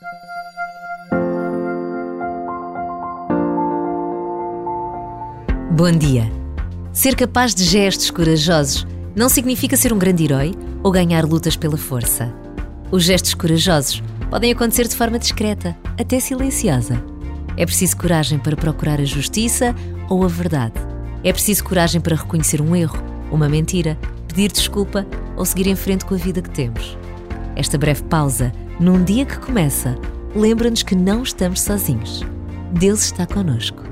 Bom dia! Ser capaz de gestos corajosos não significa ser um grande herói ou ganhar lutas pela força. Os gestos corajosos podem acontecer de forma discreta, até silenciosa. É preciso coragem para procurar a justiça ou a verdade. É preciso coragem para reconhecer um erro, uma mentira, pedir desculpa ou seguir em frente com a vida que temos. Esta breve pausa, num dia que começa, lembra-nos que não estamos sozinhos. Deus está connosco.